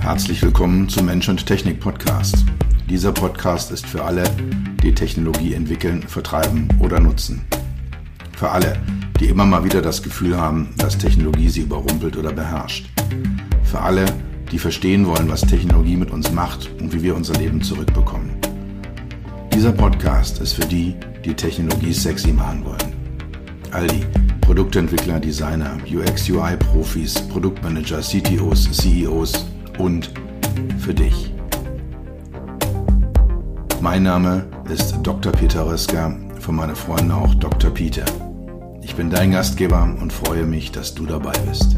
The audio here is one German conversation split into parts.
Herzlich willkommen zum Mensch und Technik Podcast. Dieser Podcast ist für alle, die Technologie entwickeln, vertreiben oder nutzen. Für alle, die immer mal wieder das Gefühl haben, dass Technologie sie überrumpelt oder beherrscht. Für alle, die verstehen wollen, was Technologie mit uns macht und wie wir unser Leben zurückbekommen. Dieser Podcast ist für die, die Technologie sexy machen wollen. All die Produktentwickler, Designer, UX-UI-Profis, Produktmanager, CTOs, CEOs und für dich. Mein Name ist Dr. Peter Röska, von meinen Freunden auch Dr. Peter. Ich bin dein Gastgeber und freue mich, dass du dabei bist.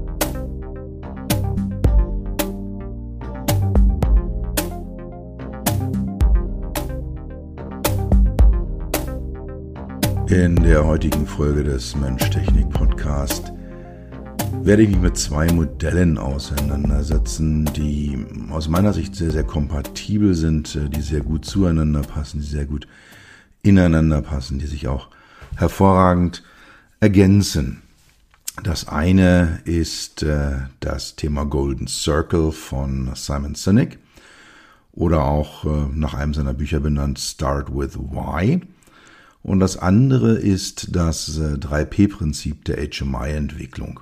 In der heutigen Folge des Mensch-Technik-Podcast werde ich mich mit zwei Modellen auseinandersetzen, die aus meiner Sicht sehr, sehr kompatibel sind, die sehr gut zueinander passen, die sehr gut ineinander passen, die sich auch hervorragend ergänzen. Das eine ist das Thema Golden Circle von Simon Sinek oder auch nach einem seiner Bücher benannt Start with Why. Und das andere ist das 3P-Prinzip der HMI-Entwicklung.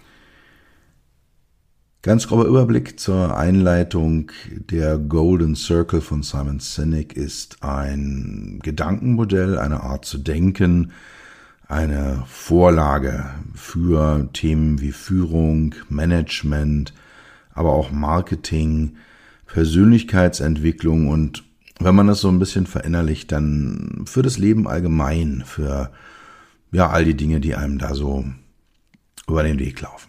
Ganz grober Überblick zur Einleitung. Der Golden Circle von Simon Sinek ist ein Gedankenmodell, eine Art zu denken, eine Vorlage für Themen wie Führung, Management, aber auch Marketing, Persönlichkeitsentwicklung und wenn man das so ein bisschen verinnerlicht, dann für das Leben allgemein, für all die Dinge, die einem da so über den Weg laufen.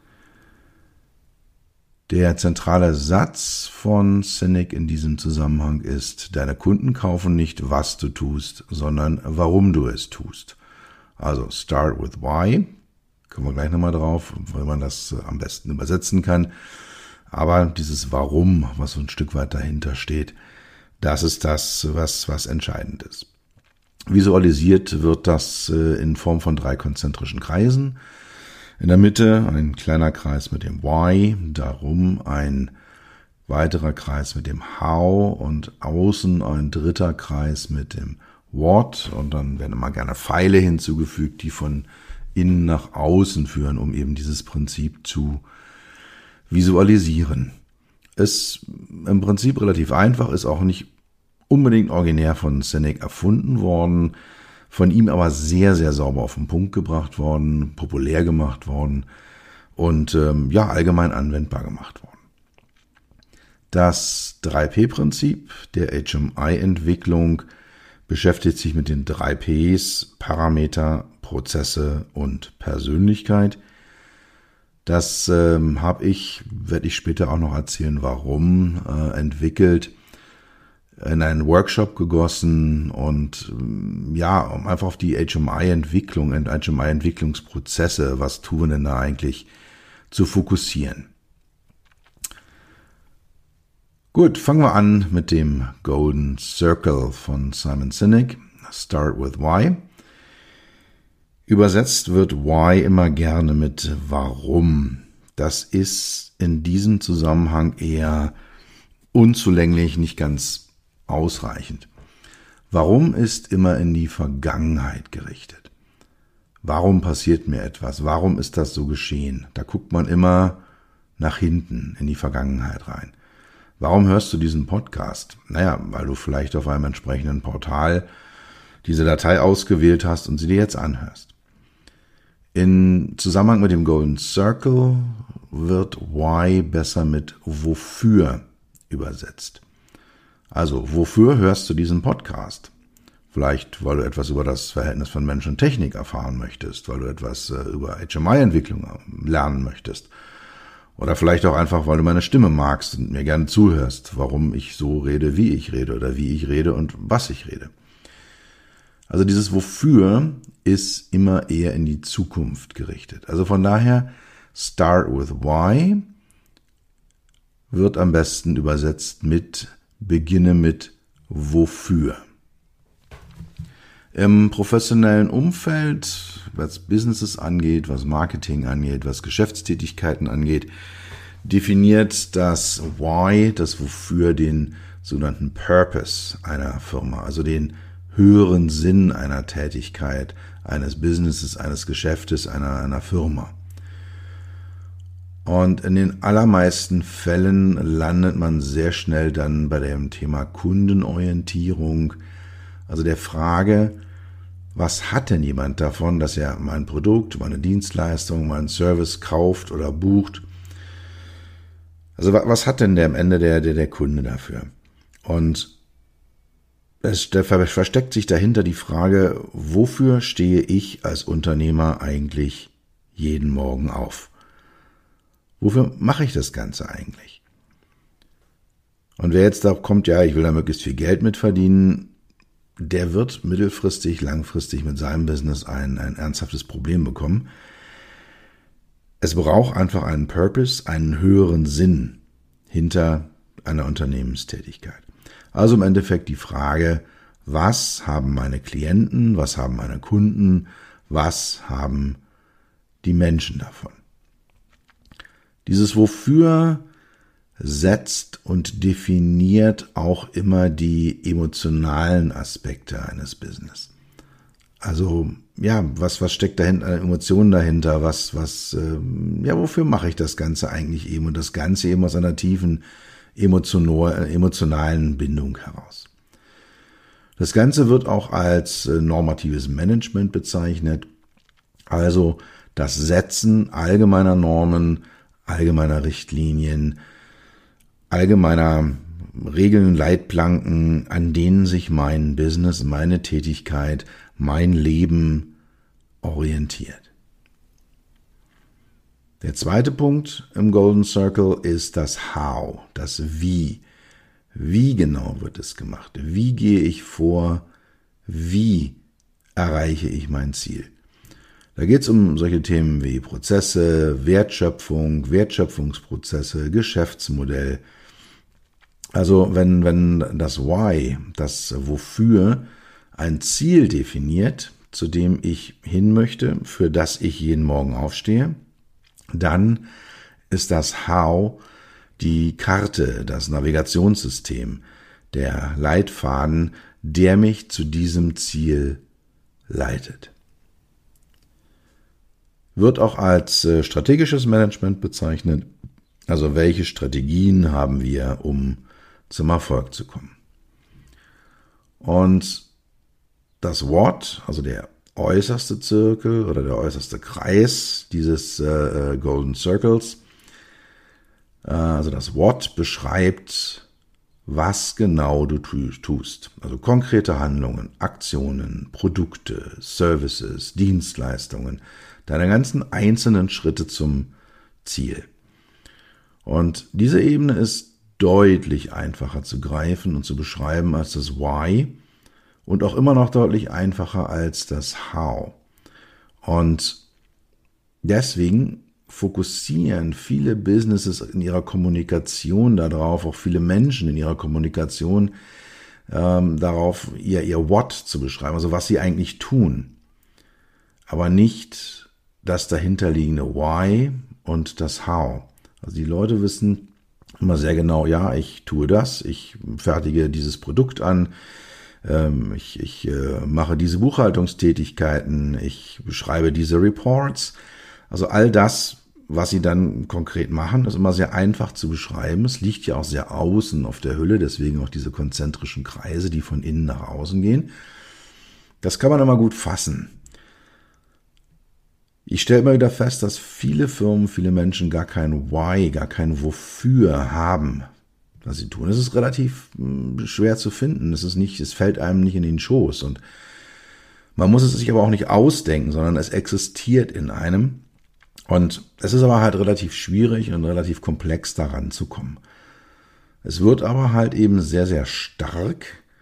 Der zentrale Satz von Sinek in diesem Zusammenhang ist: Deine Kunden kaufen nicht, was du tust, sondern warum du es tust. Also start with why. Kommen wir gleich nochmal drauf, weil man das am besten übersetzen kann. Aber dieses Warum, was so ein Stück weit dahinter steht, das ist das, was entscheidend ist. Visualisiert wird das in Form von 3 konzentrischen Kreisen. In der Mitte ein kleiner Kreis mit dem Why, darum ein weiterer Kreis mit dem How und außen ein dritter Kreis mit dem What. Und dann werden immer gerne Pfeile hinzugefügt, die von innen nach außen führen, um eben dieses Prinzip zu visualisieren. Ist im Prinzip relativ einfach, ist auch nicht unbedingt originär von Sinek erfunden worden, von ihm aber sehr, sehr sauber auf den Punkt gebracht worden, populär gemacht worden und allgemein anwendbar gemacht worden. Das 3P-Prinzip der HMI-Entwicklung beschäftigt sich mit den 3 Ps, Parameter, Prozesse und Persönlichkeit. Das werde ich später auch noch erzählen, warum, entwickelt, in einen Workshop gegossen und um einfach auf die HMI-Entwicklung und HMI-Entwicklungsprozesse, was tun wir denn da eigentlich, zu fokussieren. Gut, fangen wir an mit dem Golden Circle von Simon Sinek. Start with Why. Übersetzt wird Why immer gerne mit Warum. Das ist in diesem Zusammenhang eher unzulänglich, nicht ganz ausreichend. Warum ist immer in die Vergangenheit gerichtet? Warum passiert mir etwas? Warum ist das so geschehen? Da guckt man immer nach hinten in die Vergangenheit rein. Warum hörst du diesen Podcast? Weil du vielleicht auf einem entsprechenden Portal diese Datei ausgewählt hast und sie dir jetzt anhörst. In Zusammenhang mit dem Golden Circle wird Why besser mit Wofür übersetzt. Also, wofür hörst du diesen Podcast? Vielleicht, weil du etwas über das Verhältnis von Mensch und Technik erfahren möchtest, weil du etwas über HMI-Entwicklung lernen möchtest. Oder vielleicht auch einfach, weil du meine Stimme magst und mir gerne zuhörst, warum ich so rede, wie ich rede oder wie ich rede und was ich rede. Also dieses Wofür ist immer eher in die Zukunft gerichtet. Also von daher, Start with Why wird am besten übersetzt mit Beginne mit Wofür. Im professionellen Umfeld, was Businesses angeht, was Marketing angeht, was Geschäftstätigkeiten angeht, definiert das Why, das Wofür, den sogenannten Purpose einer Firma, also den höheren Sinn einer Tätigkeit, eines Businesses, eines Geschäftes, einer Firma. Und in den allermeisten Fällen landet man sehr schnell dann bei dem Thema Kundenorientierung, also der Frage, was hat denn jemand davon, dass er mein Produkt, meine Dienstleistung, meinen Service kauft oder bucht? Also was hat denn am Ende der Kunde dafür? Und es versteckt sich dahinter die Frage, wofür stehe ich als Unternehmer eigentlich jeden Morgen auf? Wofür mache ich das Ganze eigentlich? Und wer jetzt da kommt, ja, ich will da möglichst viel Geld mit verdienen, der wird mittelfristig, langfristig mit seinem Business ein ernsthaftes Problem bekommen. Es braucht einfach einen Purpose, einen höheren Sinn hinter einer Unternehmenstätigkeit. Also im Endeffekt die Frage, was haben meine Klienten, was haben meine Kunden, was haben die Menschen davon? Dieses Wofür setzt und definiert auch immer die emotionalen Aspekte eines Business. Also, ja, was steckt dahinter, Emotionen dahinter, wofür mache ich das Ganze eigentlich eben? Und das Ganze eben aus einer tiefen emotionalen Bindung heraus. Das Ganze wird auch als normatives Management bezeichnet, also das Setzen allgemeiner Normen, allgemeiner Richtlinien, allgemeiner Regeln, Leitplanken, an denen sich mein Business, meine Tätigkeit, mein Leben orientiert. Der zweite Punkt im Golden Circle ist das How, das Wie. Wie genau wird es gemacht? Wie gehe ich vor? Wie erreiche ich mein Ziel? Da geht es um solche Themen wie Prozesse, Wertschöpfung, Wertschöpfungsprozesse, Geschäftsmodell. Also wenn das Why, das Wofür, ein Ziel definiert, zu dem ich hin möchte, für das ich jeden Morgen aufstehe, dann ist das How die Karte, das Navigationssystem, der Leitfaden, der mich zu diesem Ziel leitet. Wird auch als strategisches Management bezeichnet, also welche Strategien haben wir, um zum Erfolg zu kommen. Und das What, also der äußerste Zirkel oder der äußerste Kreis dieses Golden Circles, also das What beschreibt, was genau du tust. Also konkrete Handlungen, Aktionen, Produkte, Services, Dienstleistungen, deine ganzen einzelnen Schritte zum Ziel. Und diese Ebene ist deutlich einfacher zu greifen und zu beschreiben als das Why und auch immer noch deutlich einfacher als das How. Und deswegen fokussieren viele Businesses in ihrer Kommunikation darauf, auch viele Menschen in ihrer Kommunikation darauf, ihr What zu beschreiben, also was sie eigentlich tun, aber nicht das dahinterliegende Why und das How. Also die Leute wissen immer sehr genau, ja, ich tue das, ich fertige dieses Produkt an, ich mache diese Buchhaltungstätigkeiten, ich beschreibe diese Reports. Also all das, was sie dann konkret machen, ist immer sehr einfach zu beschreiben. Es liegt ja auch sehr außen auf der Hülle, deswegen auch diese konzentrischen Kreise, die von innen nach außen gehen. Das kann man immer gut fassen. Ich stelle immer wieder fest, dass viele Firmen, viele Menschen gar kein Why, gar kein Wofür haben, was sie tun. Es ist relativ schwer zu finden. Es fällt einem nicht in den Schoß. Und man muss es sich aber auch nicht ausdenken, sondern es existiert in einem. Und es ist aber halt relativ schwierig und relativ komplex, daran zu kommen. Es wird aber halt eben sehr, sehr stark,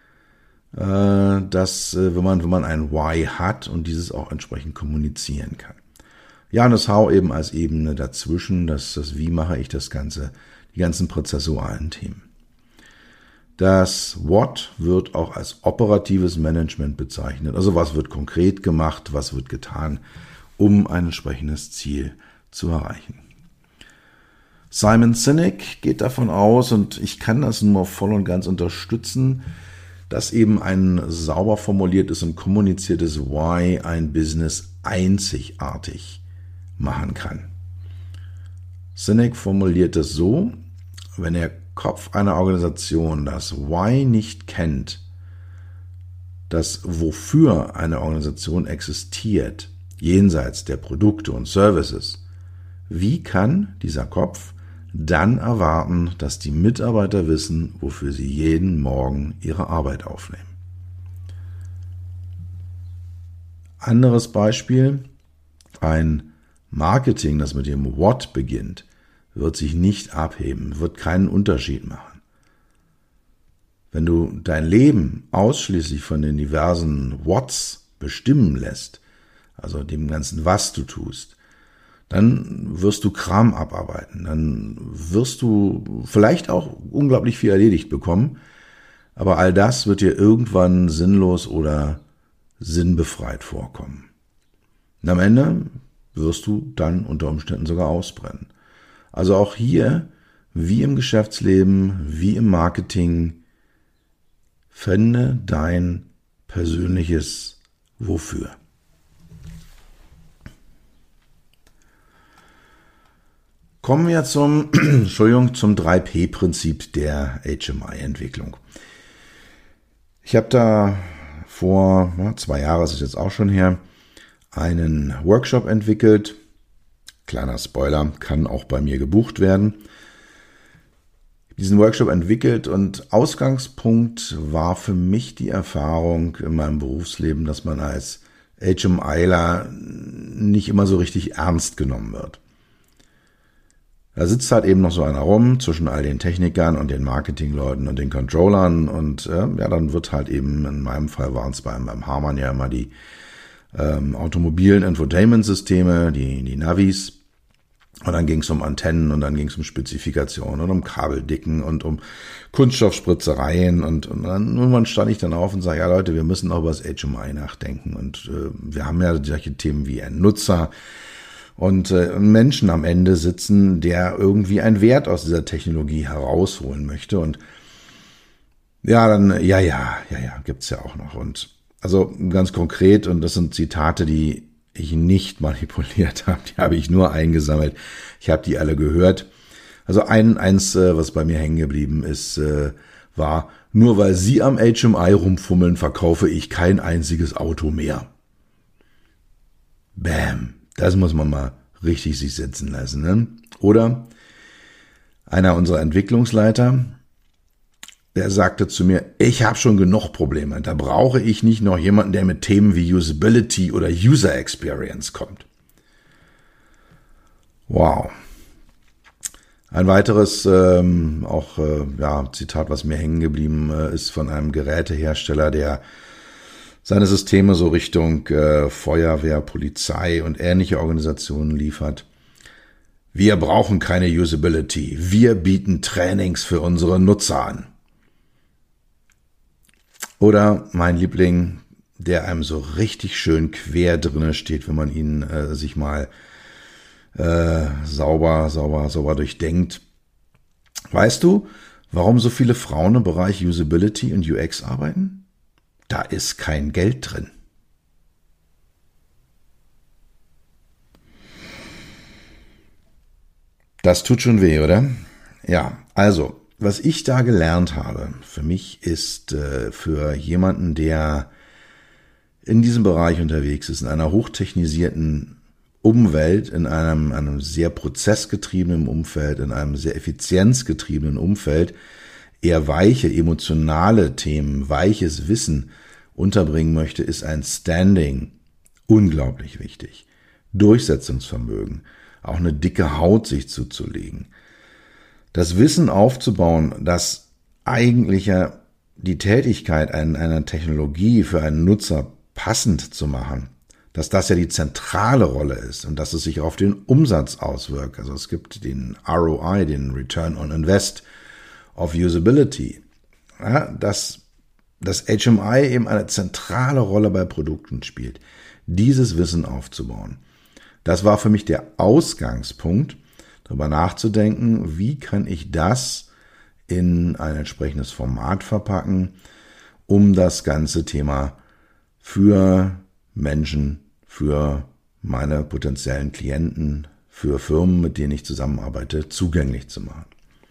dass wenn man ein Why hat und dieses auch entsprechend kommunizieren kann. Ja, und das How eben als Ebene dazwischen, das Wie mache ich das Ganze, die ganzen prozessualen Themen. Das What wird auch als operatives Management bezeichnet. Also was wird konkret gemacht, was wird getan, um ein entsprechendes Ziel zu erreichen. Simon Sinek geht davon aus, und ich kann das nur voll und ganz unterstützen, dass eben ein sauber formuliertes und kommuniziertes Why ein Business einzigartig machen kann. Sinek formuliert es so: Wenn der Kopf einer Organisation das Why nicht kennt, das Wofür eine Organisation existiert, jenseits der Produkte und Services, wie kann dieser Kopf dann erwarten, dass die Mitarbeiter wissen, wofür sie jeden Morgen ihre Arbeit aufnehmen? Anderes Beispiel: Ein Marketing, das mit dem What beginnt, wird sich nicht abheben, wird keinen Unterschied machen. Wenn du dein Leben ausschließlich von den diversen Whats bestimmen lässt, also dem ganzen, was du tust, dann wirst du Kram abarbeiten, dann wirst du vielleicht auch unglaublich viel erledigt bekommen, aber all das wird dir irgendwann sinnlos oder sinnbefreit vorkommen. Und am Ende wirst du dann unter Umständen sogar ausbrennen. Also auch hier, wie im Geschäftsleben, wie im Marketing, finde dein persönliches Wofür. Kommen wir zum 3P-Prinzip der HMI-Entwicklung. Ich habe da vor 2 Jahren, das ist jetzt auch schon her, einen Workshop entwickelt. Kleiner Spoiler, kann auch bei mir gebucht werden. Diesen Workshop entwickelt, und Ausgangspunkt war für mich die Erfahrung in meinem Berufsleben, dass man als HMIler nicht immer so richtig ernst genommen wird. Da sitzt halt eben noch so einer rum zwischen all den Technikern und den Marketingleuten und den Controllern, und dann wird halt eben, in meinem Fall waren es beim Harman ja immer die automobilen Infotainment-Systeme, die Navis. Und dann ging es um Antennen, und dann ging es um Spezifikationen und um Kabeldicken und um Kunststoffspritzereien, und dann irgendwann stand ich dann auf und sage: Ja Leute, wir müssen auch über das HMI nachdenken, und wir haben ja solche Themen wie ein Nutzer und Menschen am Ende sitzen, der irgendwie einen Wert aus dieser Technologie herausholen möchte, und gibt's ja auch noch. Und also ganz konkret, und das sind Zitate, die ich nicht manipuliert habe, die habe ich nur eingesammelt. Ich habe die alle gehört. Also eins, was bei mir hängen geblieben ist, war: Nur weil Sie am HMI rumfummeln, verkaufe ich kein einziges Auto mehr. Bam, das muss man mal richtig sich sitzen lassen, ne? Oder einer unserer Entwicklungsleiter, der sagte zu mir: Ich habe schon genug Probleme, da brauche ich nicht noch jemanden, der mit Themen wie Usability oder User Experience kommt. Wow. Ein weiteres Zitat, was mir hängen geblieben ist, von einem Gerätehersteller, der seine Systeme so Richtung Feuerwehr, Polizei und ähnliche Organisationen liefert. Wir brauchen keine Usability, wir bieten Trainings für unsere Nutzer an. Oder mein Liebling, der einem so richtig schön quer drinne steht, wenn man ihn sich mal sauber durchdenkt. Weißt du, warum so viele Frauen im Bereich Usability und UX arbeiten? Da ist kein Geld drin. Das tut schon weh, oder? Ja, also, was ich da gelernt habe, für mich ist für jemanden, der in diesem Bereich unterwegs ist, in einer hochtechnisierten Umwelt, in einem sehr prozessgetriebenen Umfeld, in einem sehr effizienzgetriebenen Umfeld, eher weiche, emotionale Themen, weiches Wissen unterbringen möchte, ist ein Standing unglaublich wichtig. Durchsetzungsvermögen, auch eine dicke Haut sich zuzulegen. Das Wissen aufzubauen, dass eigentlich ja die Tätigkeit einer Technologie für einen Nutzer passend zu machen, dass das ja die zentrale Rolle ist und dass es sich auf den Umsatz auswirkt. Also es gibt den ROI, den Return on Invest of Usability. Ja, dass das HMI eben eine zentrale Rolle bei Produkten spielt. Dieses Wissen aufzubauen. Das war für mich der Ausgangspunkt, darüber nachzudenken, wie kann ich das in ein entsprechendes Format verpacken, um das ganze Thema für Menschen, für meine potenziellen Klienten, für Firmen, mit denen ich zusammenarbeite, zugänglich zu machen.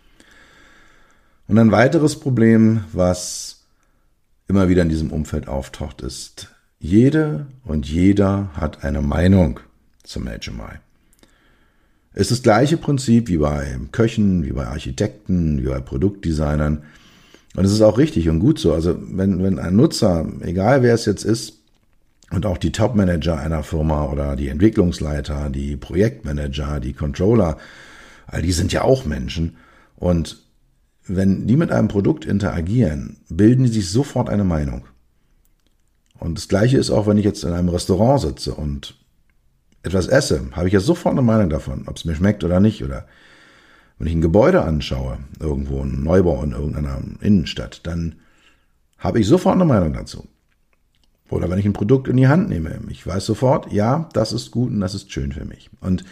Und ein weiteres Problem, was immer wieder in diesem Umfeld auftaucht, ist, jede und jeder hat eine Meinung zum HMI. Es ist das gleiche Prinzip wie bei Köchen, wie bei Architekten, wie bei Produktdesignern. Und es ist auch richtig und gut so. Also wenn ein Nutzer, egal wer es jetzt ist, und auch die Top-Manager einer Firma oder die Entwicklungsleiter, die Projektmanager, die Controller, all die sind ja auch Menschen. Und wenn die mit einem Produkt interagieren, bilden die sich sofort eine Meinung. Und das Gleiche ist auch, wenn ich jetzt in einem Restaurant sitze und etwas esse, habe ich ja sofort eine Meinung davon, ob es mir schmeckt oder nicht. Oder wenn ich ein Gebäude anschaue, irgendwo ein Neubau in irgendeiner Innenstadt, dann habe ich sofort eine Meinung dazu. Oder wenn ich ein Produkt in die Hand nehme, ich weiß sofort, ja, das ist gut und das ist schön für mich. Und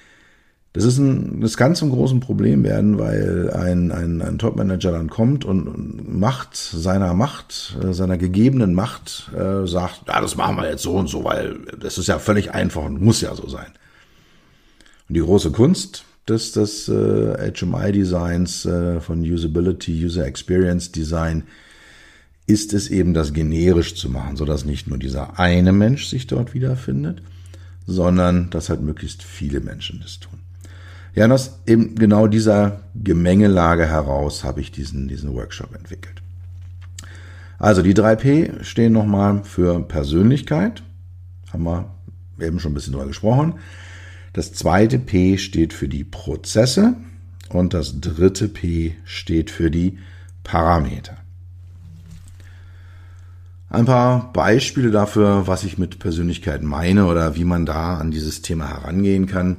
das kann zum großen Problem werden, weil ein Top-Manager dann kommt und seiner gegebenen Macht sagt, ja, das machen wir jetzt so und so, weil das ist ja völlig einfach und muss ja so sein. Und die große Kunst des HMI-Designs von Usability, User Experience Design, ist es eben, das generisch zu machen, sodass nicht nur dieser eine Mensch sich dort wiederfindet, sondern dass halt möglichst viele Menschen das tun. Ja, und aus eben genau dieser Gemengelage heraus habe ich diesen Workshop entwickelt. Also die 3P stehen nochmal für Persönlichkeit, haben wir eben schon ein bisschen drüber gesprochen. Das zweite P steht für die Prozesse und das dritte P steht für die Parameter. Ein paar Beispiele dafür, was ich mit Persönlichkeit meine oder wie man da an dieses Thema herangehen kann.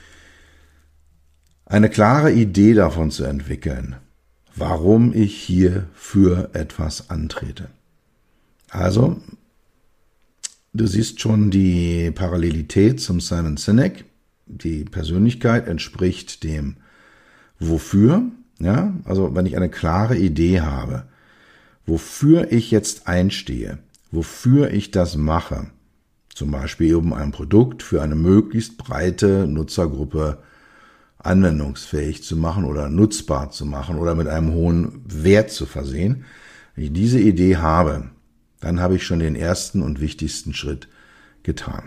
Eine klare Idee davon zu entwickeln, warum ich hier für etwas antrete. Also, du siehst schon die Parallelität zum Simon Sinek. Die Persönlichkeit entspricht dem Wofür. Ja? Also, wenn ich eine klare Idee habe, wofür ich jetzt einstehe, wofür ich das mache, zum Beispiel um ein Produkt für eine möglichst breite Nutzergruppe anwendungsfähig zu machen oder nutzbar zu machen oder mit einem hohen Wert zu versehen. Wenn ich diese Idee habe, dann habe ich schon den ersten und wichtigsten Schritt getan.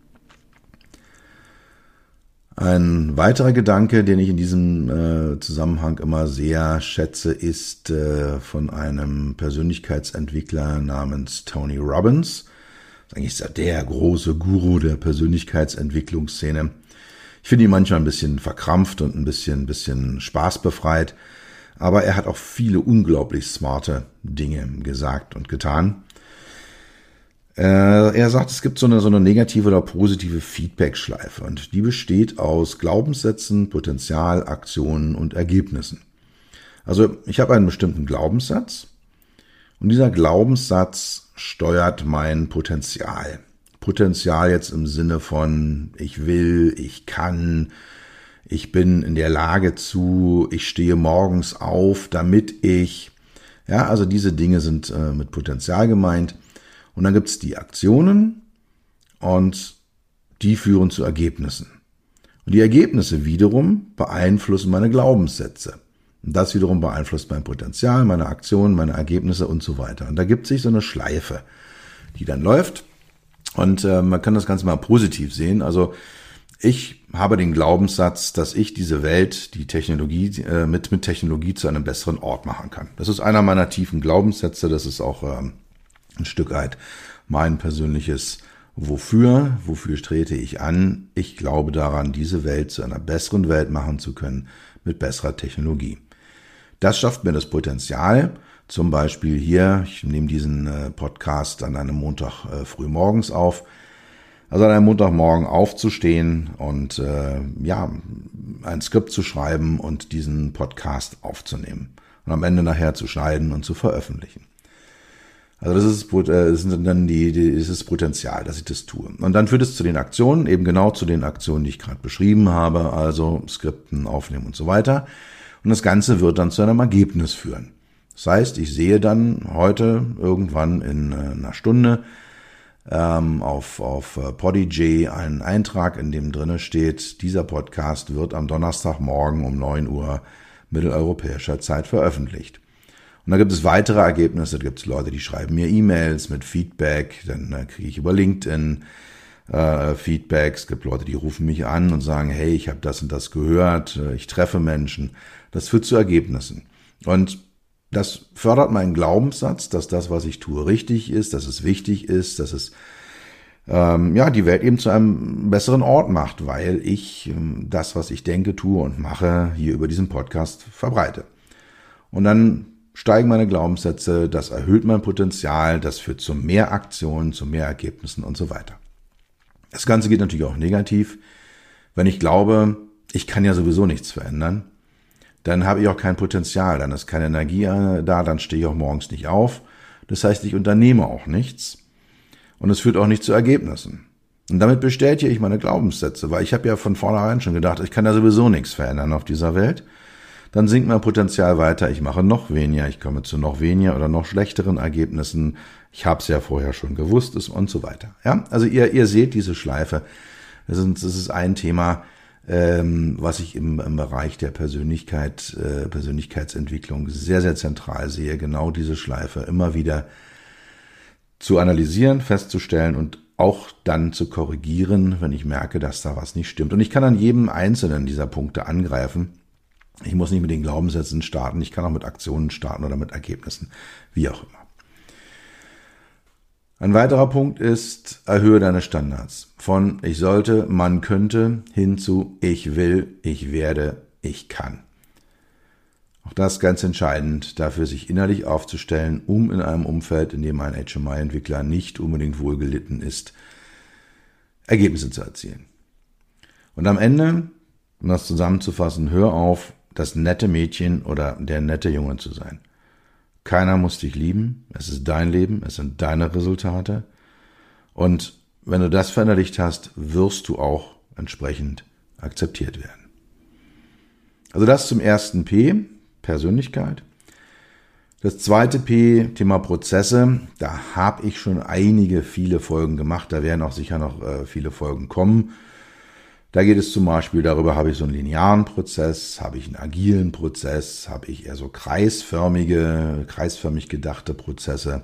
Ein weiterer Gedanke, den ich in diesem Zusammenhang immer sehr schätze, ist von einem Persönlichkeitsentwickler namens Tony Robbins. Das ist eigentlich der große Guru der Persönlichkeitsentwicklungsszene. Ich finde ihn manchmal ein bisschen verkrampft und ein bisschen spaßbefreit, aber er hat auch viele unglaublich smarte Dinge gesagt und getan. Er sagt, es gibt so eine negative oder positive Feedback-Schleife und die besteht aus Glaubenssätzen, Potenzial, Aktionen und Ergebnissen. Also ich habe einen bestimmten Glaubenssatz und dieser Glaubenssatz steuert mein Potenzial. Potenzial jetzt im Sinne von ich will, ich kann, ich bin in der Lage zu, ich stehe morgens auf, damit ich, ja, also diese Dinge sind mit Potenzial gemeint. Und dann gibt es die Aktionen und die führen zu Ergebnissen. Und die Ergebnisse wiederum beeinflussen meine Glaubenssätze. Und das wiederum beeinflusst mein Potenzial, meine Aktionen, meine Ergebnisse und so weiter. Und da gibt sich so eine Schleife, die dann läuft. Und man kann das Ganze mal positiv sehen. Also ich habe den Glaubenssatz, dass ich diese Welt, die Technologie, mit Technologie zu einem besseren Ort machen kann. Das ist einer meiner tiefen Glaubenssätze. Das ist auch ein Stück weit mein persönliches Wofür trete ich an? Ich glaube daran, diese Welt zu einer besseren Welt machen zu können mit besserer Technologie. Das schafft mir das Potenzial, zum Beispiel hier, ich nehme diesen Podcast an einem Montag früh morgens auf, also an einem Montagmorgen aufzustehen und ein Skript zu schreiben und diesen Podcast aufzunehmen und am Ende nachher zu schneiden und zu veröffentlichen. Also das sind dann das ist Potenzial, dass ich das tue. Und dann führt es zu den Aktionen, eben genau zu den Aktionen, die ich gerade beschrieben habe, also Skripten aufnehmen und so weiter. Und das Ganze wird dann zu einem Ergebnis führen. Das heißt, ich sehe dann heute irgendwann in einer Stunde auf Podigy einen Eintrag, in dem drinne steht, dieser Podcast wird am Donnerstagmorgen um 9 Uhr mitteleuropäischer Zeit veröffentlicht. Und da gibt es weitere Ergebnisse, da gibt es Leute, die schreiben mir E-Mails mit Feedback, dann kriege ich über LinkedIn Feedbacks, es gibt Leute, die rufen mich an und sagen, hey, ich habe das und das gehört, ich treffe Menschen. Das führt zu Ergebnissen. Und das fördert meinen Glaubenssatz, dass das, was ich tue, richtig ist, dass es wichtig ist, dass es die Welt eben zu einem besseren Ort macht, weil ich das, was ich denke, tue und mache, hier über diesen Podcast verbreite. Und dann steigen meine Glaubenssätze, das erhöht mein Potenzial, das führt zu mehr Aktionen, zu mehr Ergebnissen und so weiter. Das Ganze geht natürlich auch negativ. Wenn ich glaube, ich kann ja sowieso nichts verändern, dann habe ich auch kein Potenzial, dann ist keine Energie da, dann stehe ich auch morgens nicht auf. Das heißt, ich unternehme auch nichts und es führt auch nicht zu Ergebnissen. Und damit bestätige ich meine Glaubenssätze, weil ich habe ja von vornherein schon gedacht, ich kann ja sowieso nichts verändern auf dieser Welt. Dann sinkt mein Potenzial weiter, ich mache noch weniger, ich komme zu noch weniger oder noch schlechteren Ergebnissen. Ich habe es ja vorher schon gewusst und so weiter. Ja, also ihr seht diese Schleife. Das ist ein Thema, was ich im Bereich der Persönlichkeitsentwicklung sehr, sehr zentral sehe. Genau diese Schleife immer wieder zu analysieren, festzustellen und auch dann zu korrigieren, wenn ich merke, dass da was nicht stimmt. Und ich kann an jedem einzelnen dieser Punkte angreifen. Ich muss nicht mit den Glaubenssätzen starten, ich kann auch mit Aktionen starten oder mit Ergebnissen, wie auch immer. Ein weiterer Punkt ist, erhöhe deine Standards. Von ich sollte, man könnte, hin zu ich will, ich werde, ich kann. Auch das ist ganz entscheidend, dafür sich innerlich aufzustellen, um in einem Umfeld, in dem ein HMI-Entwickler nicht unbedingt wohlgelitten ist, Ergebnisse zu erzielen. Und am Ende, um das zusammenzufassen, hör auf, das nette Mädchen oder der nette Junge zu sein. Keiner muss dich lieben, es ist dein Leben, es sind deine Resultate. Und wenn du das verinnerlicht hast, wirst du auch entsprechend akzeptiert werden. Also das zum ersten P, Persönlichkeit. Das zweite P, Thema Prozesse. Da habe ich schon viele Folgen gemacht, da werden auch sicher noch viele Folgen kommen. Da geht es zum Beispiel darüber, habe ich so einen linearen Prozess, habe ich einen agilen Prozess, habe ich eher so kreisförmig gedachte Prozesse.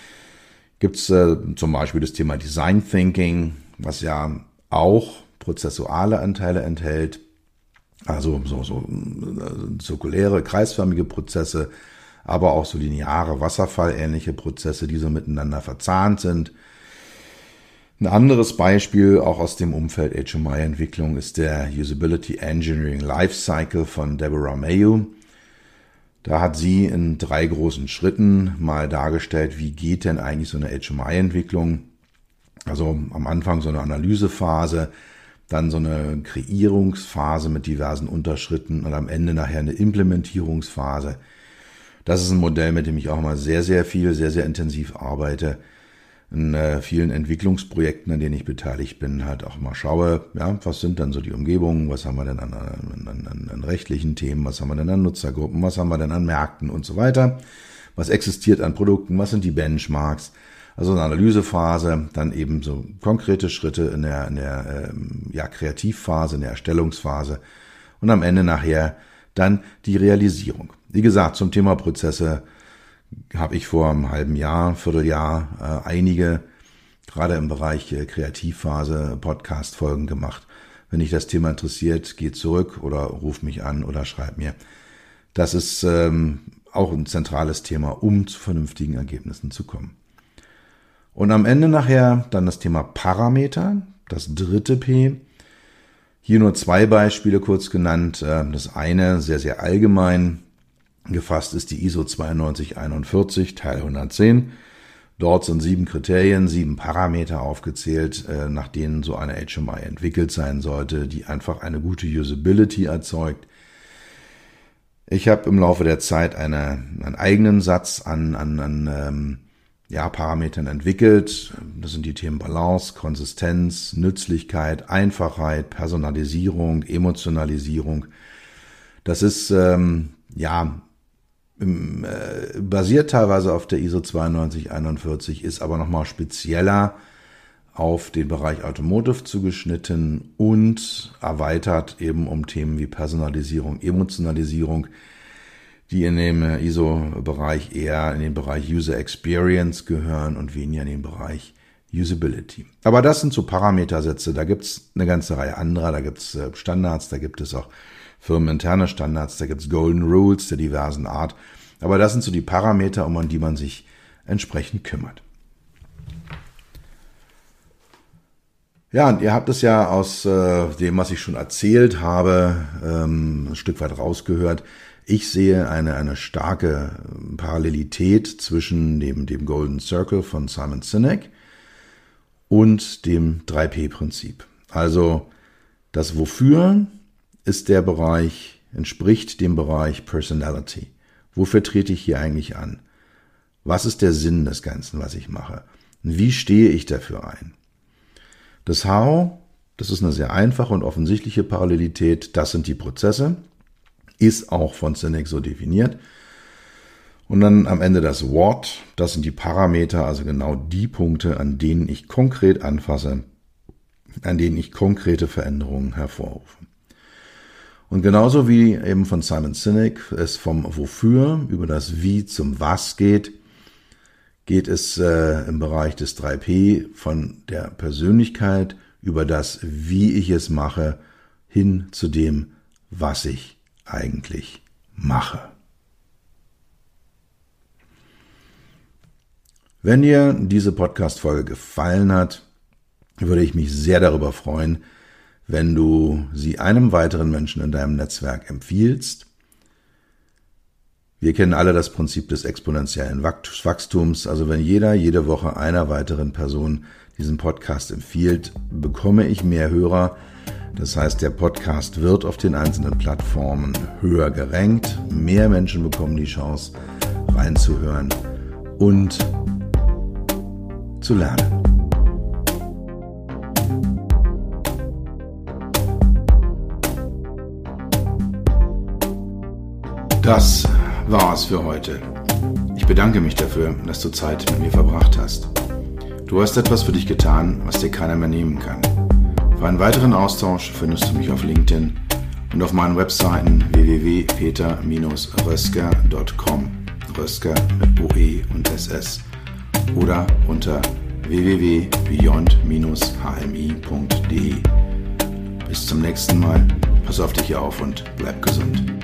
Gibt es zum Beispiel das Thema Design Thinking, was ja auch prozessuale Anteile enthält, also so zirkuläre, kreisförmige Prozesse, aber auch so lineare, wasserfallähnliche Prozesse, die so miteinander verzahnt sind. Ein anderes Beispiel, auch aus dem Umfeld HMI-Entwicklung, ist der Usability Engineering Lifecycle von Deborah Mayo. Da hat sie in 3 großen Schritten mal dargestellt, wie geht denn eigentlich so eine HMI-Entwicklung. Also am Anfang so eine Analysephase, dann so eine Kreierungsphase mit diversen Unterschritten und am Ende nachher eine Implementierungsphase. Das ist ein Modell, mit dem ich auch mal sehr, sehr intensiv arbeite. In vielen Entwicklungsprojekten, an denen ich beteiligt bin, halt auch mal schaue, ja, was sind dann so die Umgebungen, was haben wir denn an rechtlichen Themen, was haben wir denn an Nutzergruppen, was haben wir denn an Märkten und so weiter, was existiert an Produkten, was sind die Benchmarks, also eine Analysephase, dann eben so konkrete Schritte in der Kreativphase, in der Erstellungsphase und am Ende nachher dann die Realisierung. Wie gesagt, zum Thema Prozesse habe ich vor einem halben Jahr, Vierteljahr einige, gerade im Bereich Kreativphase, Podcast-Folgen gemacht. Wenn dich das Thema interessiert, geh zurück oder ruf mich an oder schreib mir. Das ist auch ein zentrales Thema, um zu vernünftigen Ergebnissen zu kommen. Und am Ende nachher dann das Thema Parameter, das dritte P. Hier nur 2 Beispiele kurz genannt. Das eine sehr, sehr allgemein gefasst ist die ISO 9241, Teil 110. Dort sind 7 Kriterien, 7 Parameter aufgezählt, nach denen so eine HMI entwickelt sein sollte, die einfach eine gute Usability erzeugt. Ich habe im Laufe der Zeit einen eigenen Satz an Parametern entwickelt. Das sind die Themen Balance, Konsistenz, Nützlichkeit, Einfachheit, Personalisierung, Emotionalisierung. Das ist basiert teilweise auf der ISO 9241, ist aber nochmal spezieller auf den Bereich Automotive zugeschnitten und erweitert eben um Themen wie Personalisierung, Emotionalisierung, die in dem ISO-Bereich eher in den Bereich User Experience gehören und weniger in den Bereich Usability. Aber das sind so Parametersätze, da gibt's eine ganze Reihe anderer, da gibt's Standards, da gibt es auch firmeninterne Standards, da gibt's Golden Rules der diversen Art. Aber das sind so die Parameter, an die man sich entsprechend kümmert. Ja, und ihr habt es ja aus dem, was ich schon erzählt habe, ein Stück weit rausgehört. Ich sehe eine starke Parallelität zwischen dem Golden Circle von Simon Sinek und dem 3P-Prinzip. Also das Wofür ist der Bereich, entspricht dem Bereich Personality. Wofür trete ich hier eigentlich an? Was ist der Sinn des Ganzen, was ich mache? Und wie stehe ich dafür ein? Das How, das ist eine sehr einfache und offensichtliche Parallelität. Das sind die Prozesse. Ist auch von Sinek so definiert. Und dann am Ende das What, das sind die Parameter, also genau die Punkte, an denen ich konkret anfasse, an denen ich konkrete Veränderungen hervorrufe. Und genauso wie eben von Simon Sinek es vom Wofür über das Wie zum Was geht es im Bereich des 3P von der Persönlichkeit über das, wie ich es mache, hin zu dem, was ich eigentlich mache. Wenn dir diese Podcast-Folge gefallen hat, würde ich mich sehr darüber freuen, wenn du sie einem weiteren Menschen in deinem Netzwerk empfiehlst. Wir kennen alle das Prinzip des exponentiellen Wachstums. Also wenn jede Woche einer weiteren Person diesen Podcast empfiehlt, bekomme ich mehr Hörer. Das heißt, der Podcast wird auf den einzelnen Plattformen höher gerankt. Mehr Menschen bekommen die Chance, reinzuhören und zu lernen. Das war's für heute. Ich bedanke mich dafür, dass du Zeit mit mir verbracht hast. Du hast etwas für dich getan, was dir keiner mehr nehmen kann. Für einen weiteren Austausch findest du mich auf LinkedIn und auf meinen Webseiten www.peter-rösker.com, Rösker mit OE und SS, oder unter www.beyond-hmi.de. Bis zum nächsten Mal. Pass auf dich auf und bleib gesund.